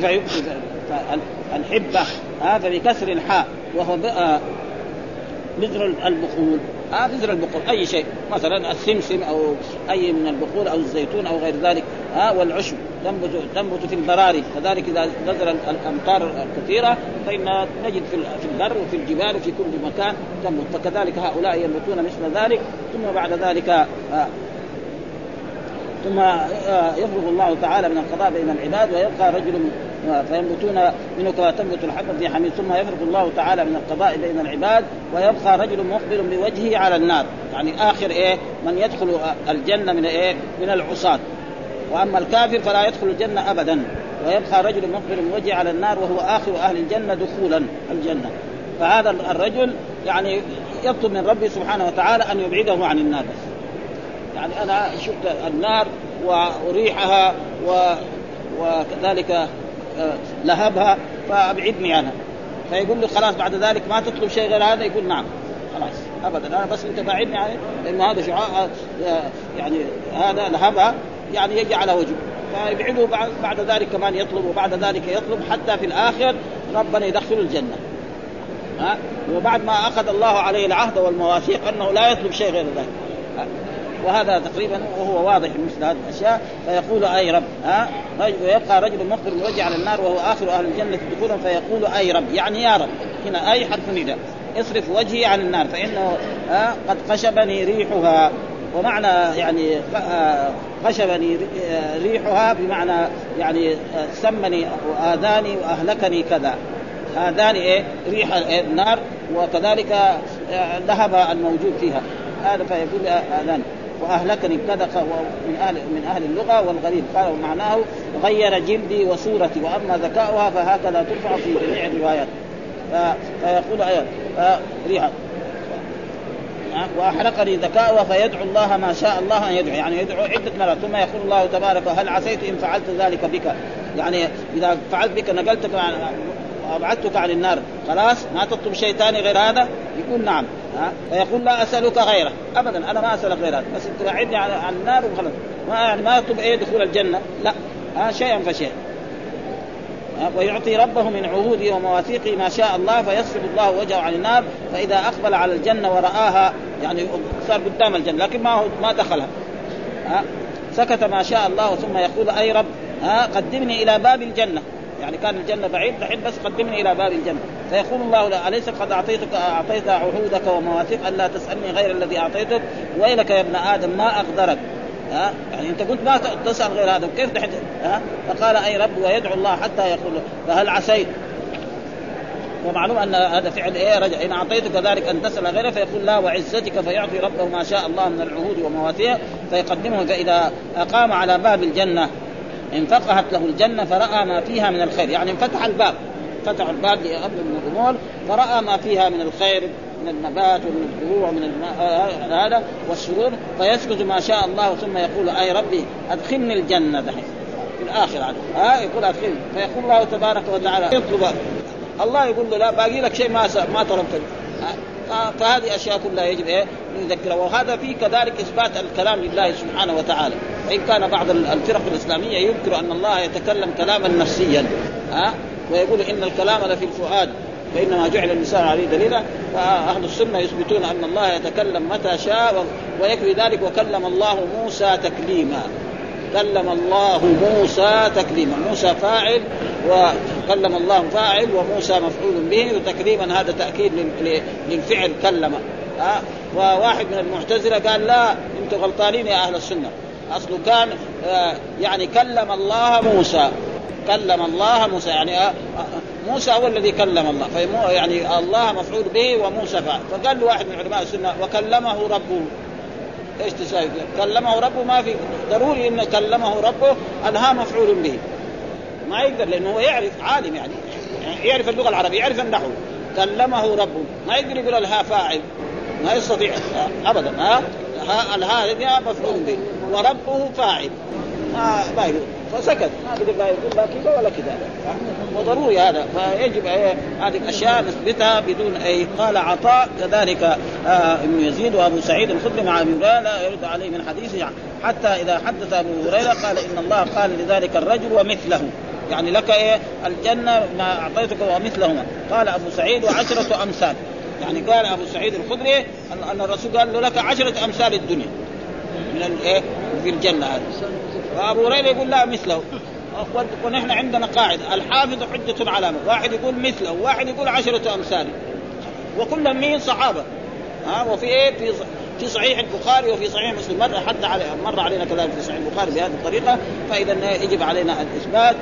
فالحبة هذا بكسر الحاء وهو بذر البخول. آه بذر البقول أي شيء، مثلا السمسم أو أي من البقول أو الزيتون أو غير ذلك. آه والعشب تنبت تنبت في البراري، كذلك إذا نزل الأمطار الكثيرة فإن نجد في البر وفي الجبال وفي كل مكان تنبت. فكذلك هؤلاء ينبتون مثل ذلك. ثم بعد ذلك آه ثم يفرغ الله تعالى من القضاء بين العباد ويبقى رجل فينبتون منه كما تنبت الحبة في حميل. ثم يفرغ الله تعالى من القضاء بين العباد ويبقى رجل مقبل بوجهه على النار، يعني آخر إيه من يدخل الجنة من إيه من العصاة. وأما الكافر فلا يدخل الجنة أبدا. ويبقى رجل مقبل بوجهه على النار وهو آخر أهل الجنة دخولا الجنة. فهذا الرجل يعني يطلب من ربي سبحانه وتعالى أن يبعده عن النار. بس يعني أنا شفت النار وريحها و... وكذلك لهبها فأبعدني عنها. فيقول له خلاص بعد ذلك ما تطلب شيء غير هذا؟ يقول نعم خلاص أبدا أنا بس أنت بعدني عنه، لأن هذا شعاع يعني هذا لهبها يعني يجي على وجهه. فيبعده بعد ذلك كمان يطلب وبعد ذلك يطلب حتى في الآخر ربنا يدخل الجنة. ها وبعد ما أخذ الله عليه العهد والمواثيق أنه لا يطلب شيء غير ذلك. وهذا تقريبا وهو واضح مثل هذه الأشياء. فيقول أي رب ها ويبقى رجل مقبل موجه على النار وهو آخر أهل الجنة دخولا فيقول أي رب، يعني يا رب. هنا أي حرف نداء، اصرف وجهي عن النار فإنه ها قد خشبني ريحها. ومعنى يعني خشبني ريحها بمعنى يعني سمني وآذاني وأهلكني كذا. آذاني إيه ريح النار وكذلك لهب الموجود فيها هذا فيقول آذان وأهلكني كذا من أهل من أهل اللغة والغريب. قال معناه غير جلدي وصورتي وأما ذكاؤها فهكذا ترفع في جميع الروايات. فيقول آيات ريحة وأحرقني ذكاؤها فيدعو الله ما شاء الله أن يدعو، يعني يدعو عدة مرات. ثم يقول الله تبارك هل عسيت إن فعلت ذلك بك، يعني إذا فعلت بك نقلتك وأبعدتك عن النار خلاص ما تطلب شيء ثاني غير هذا؟ يقول نعم. ها فيقول لا أسألك غيره أبدا، أنا ما أسألك غير هذا، بس تبعدني عن النار وخلاص. ما يعني ما يطلب إيه دخول الجنة، لا ها شيئا فشيئا. ويعطي ربه من عهوده ومواثيقه ما شاء الله فيصرف الله وجهه عن النار. فإذا أقبل على الجنة ورآها يعني صار قدام الجنة لكن ما هو ما دخلها ها سكت ما شاء الله. ثم يقول أي رب ها قدمني إلى باب الجنة، يعني كان الجنة بعيد بعيد بس قدمني إلى باب الجنة. فيقول الله لا أليس قد أعطيتك أعطيت عهودك ومواثيق ألا تسألني غير الذي أعطيتك؟ ويلك يا ابن آدم ما أقدرك. ها يعني أنت قلت ما تسأل غير هذا كيف تحت ها فقال أي رب ويدعو الله حتى يقول فهل عسيت. ومعلوم أن هذا فعل إيه رجع إن أعطيتك ذلك أن تسأل غيره فيقول لا وعزتك فيعطي ربه ما شاء الله من العهود ومواثيق فيقدمه. فإذا أقام على باب الجنة انفقهت له الجنة فرأى ما فيها من الخير، يعني انفتح الباب فتح الباب لأمر من الأمور فرأى ما فيها من الخير من النبات ومن الزروع ومن الماء هذا والسرور، فيسكت ما شاء الله ثم يقول أي ربي أدخلني الجنة دحين في الآخر عنه. ها يقول أدخلني، فيقول الله تبارك وتعالى يطلب الله يقول له لا باقي لك شيء ما ما طلبت. فهذه أشياء كلها يجب إيه نذكرها. وهذا فيه كذلك إثبات الكلام لله سبحانه وتعالى. وإن كان بعض الفرق الإسلامية يذكر أن الله يتكلم كلاما نفسيا، ها ويقول إن الكلام لفي الفؤاد فإنما جعل اللسان عليه دليلا. فأهل السنة يثبتون أن الله يتكلم متى شاء ويكفي ذلك. وكلم الله موسى تكليما، كلم الله موسى تكليما، موسى فاعل وكلم الله فاعل وموسى مفعول به، وتكليما هذا تأكيد للفعل كلم. أه؟ وواحد من المعتزلة قال لا انتم غلطانين يا أهل السنة، أصله كان آه يعني كلم الله موسى، كلم الله موسى يعني آه موسى هو الذي كلم الله، يعني الله مفعول به وموسى فاعل. فقال له واحد من علماء السنة وكلمه ربه، ايش تساوي؟ كلمه ربه ما في ضروري ان كلمه ربه الها مفعول به، ما يقدر لانه هو يعرف عالم يعني يعرف اللغه العربيه يعرف النحو. كلمه ربه ما يقدر يقول الها فاعل، ما يستطيع ابدا. ها الها الها مفعول به وربه فاعل ما ما يقول، فسكت ما يقدر لا يقول لا كذا ولا كذا. وضروري هذا، فيجب هذه الاشياء نثبتها بدون اي. قال عطاء كذلك آه ابن يزيد وابو سعيد الخدري مع ابي هريره لا يرد عليه من حديثه، حتى اذا حدث ابو هريره قال ان الله قال لذلك الرجل ومثله، يعني لك ايه الجنه ما اعطيتك ومثلهما. قال ابو سعيد وعشره امثال، يعني قال ابو سعيد الخدري ان الرسول قال له لك عشره امثال الدنيا من الايه في الجنه هذه. وابو هريره يقول لا مثله. ونحن عندنا قاعدة الحافظ حجة على من، واحد يقول مثله وواحد يقول عشرة أمثال، وكلهم مين صحابة. ها وفي إيه في في صحيح البخاري وفي صحيح مسلم مر حتى على مر علينا كذلك في صحيح البخاري بهذه الطريقة. فإذا يجب علينا الإثبات.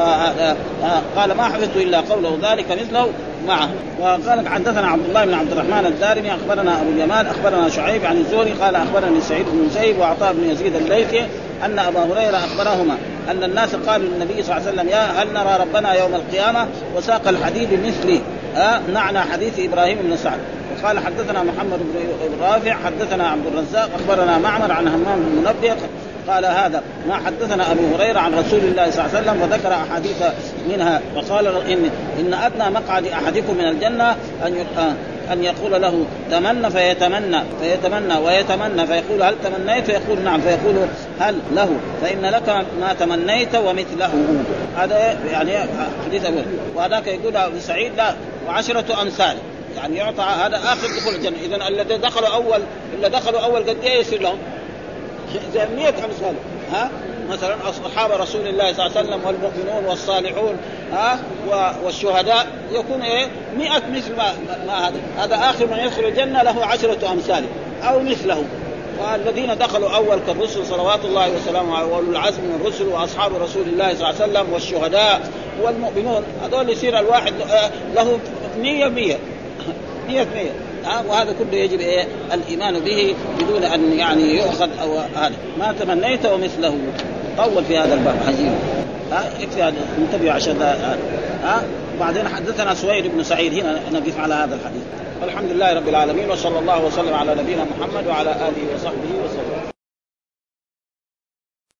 وقال ما حفظت إلا قوله ذلك مثله معه. وقال حدثنا عبد الله بن عبد الرحمن الدارمي أخبرنا أبو اليمان أخبرنا شعيب عن الزهري قال أخبرني سعيد بن مسيب وعطاء بن يزيد الليثي أن أبا هريرة أخبرهما أن الناس قالوا للنبي صلى الله عليه وسلم يا هل نرى ربنا يوم القيامة، وساق الحديث مثلي آه معنى حديث إبراهيم بن سعد. وقال حدثنا محمد بن رافع حدثنا عبد الرزاق أخبرنا معمر عن همام بن منبه قال هذا ما حدثنا أبو هريرة عن رسول الله صلى الله عليه وسلم، وذكر أحاديث منها. وقال إن, إن أدنى مقعد أحدكم من الجنة أن أن يقول له تمنى فيتمنى فيتمنى ويتمنى فيقول هل تمنيت، فيقول نعم، فيقول هل له، فإن لك ما تمنيت ومثله. هذا يعني حديث أول. وهذاك يقول أبو سعيد لا وعشرة أمثال، يعني يعطى هذا آخر دخول الجنة. إذن الذين دخلوا أول اللي دخلوا أول قد إيه يصير لهم؟ زي مئة أمثال. ها مثلا أصحاب رسول الله صلى الله عليه وسلم والمؤمنون والصالحون ها والشهداء يكون إيه مئة مثل ما, ما هذا هذا آخر من يدخل الجنة له عشرة أمثال أو مثله. والذين دخلوا أول كالرسل صلوات الله وسلامه على أولو العزم من الرسل وأصحاب رسول الله صلى الله عليه وسلم والشهداء والمؤمنون، هذول يصير الواحد له مية مية مية مية. وهذا كله يجب إيه الإيمان به بدون أن يعني يؤخذ أو هذا ما تمنيت ومثله. طول في هذا الباب حزين. ها يكفي هذا انتبهوا عشان ها ها بعدين حدثنا سويد بن سعيد. هنا نقف على هذا الحديث. والحمد لله رب العالمين وصلى الله وسلم على نبينا محمد وعلى آله وصحبه وسلم.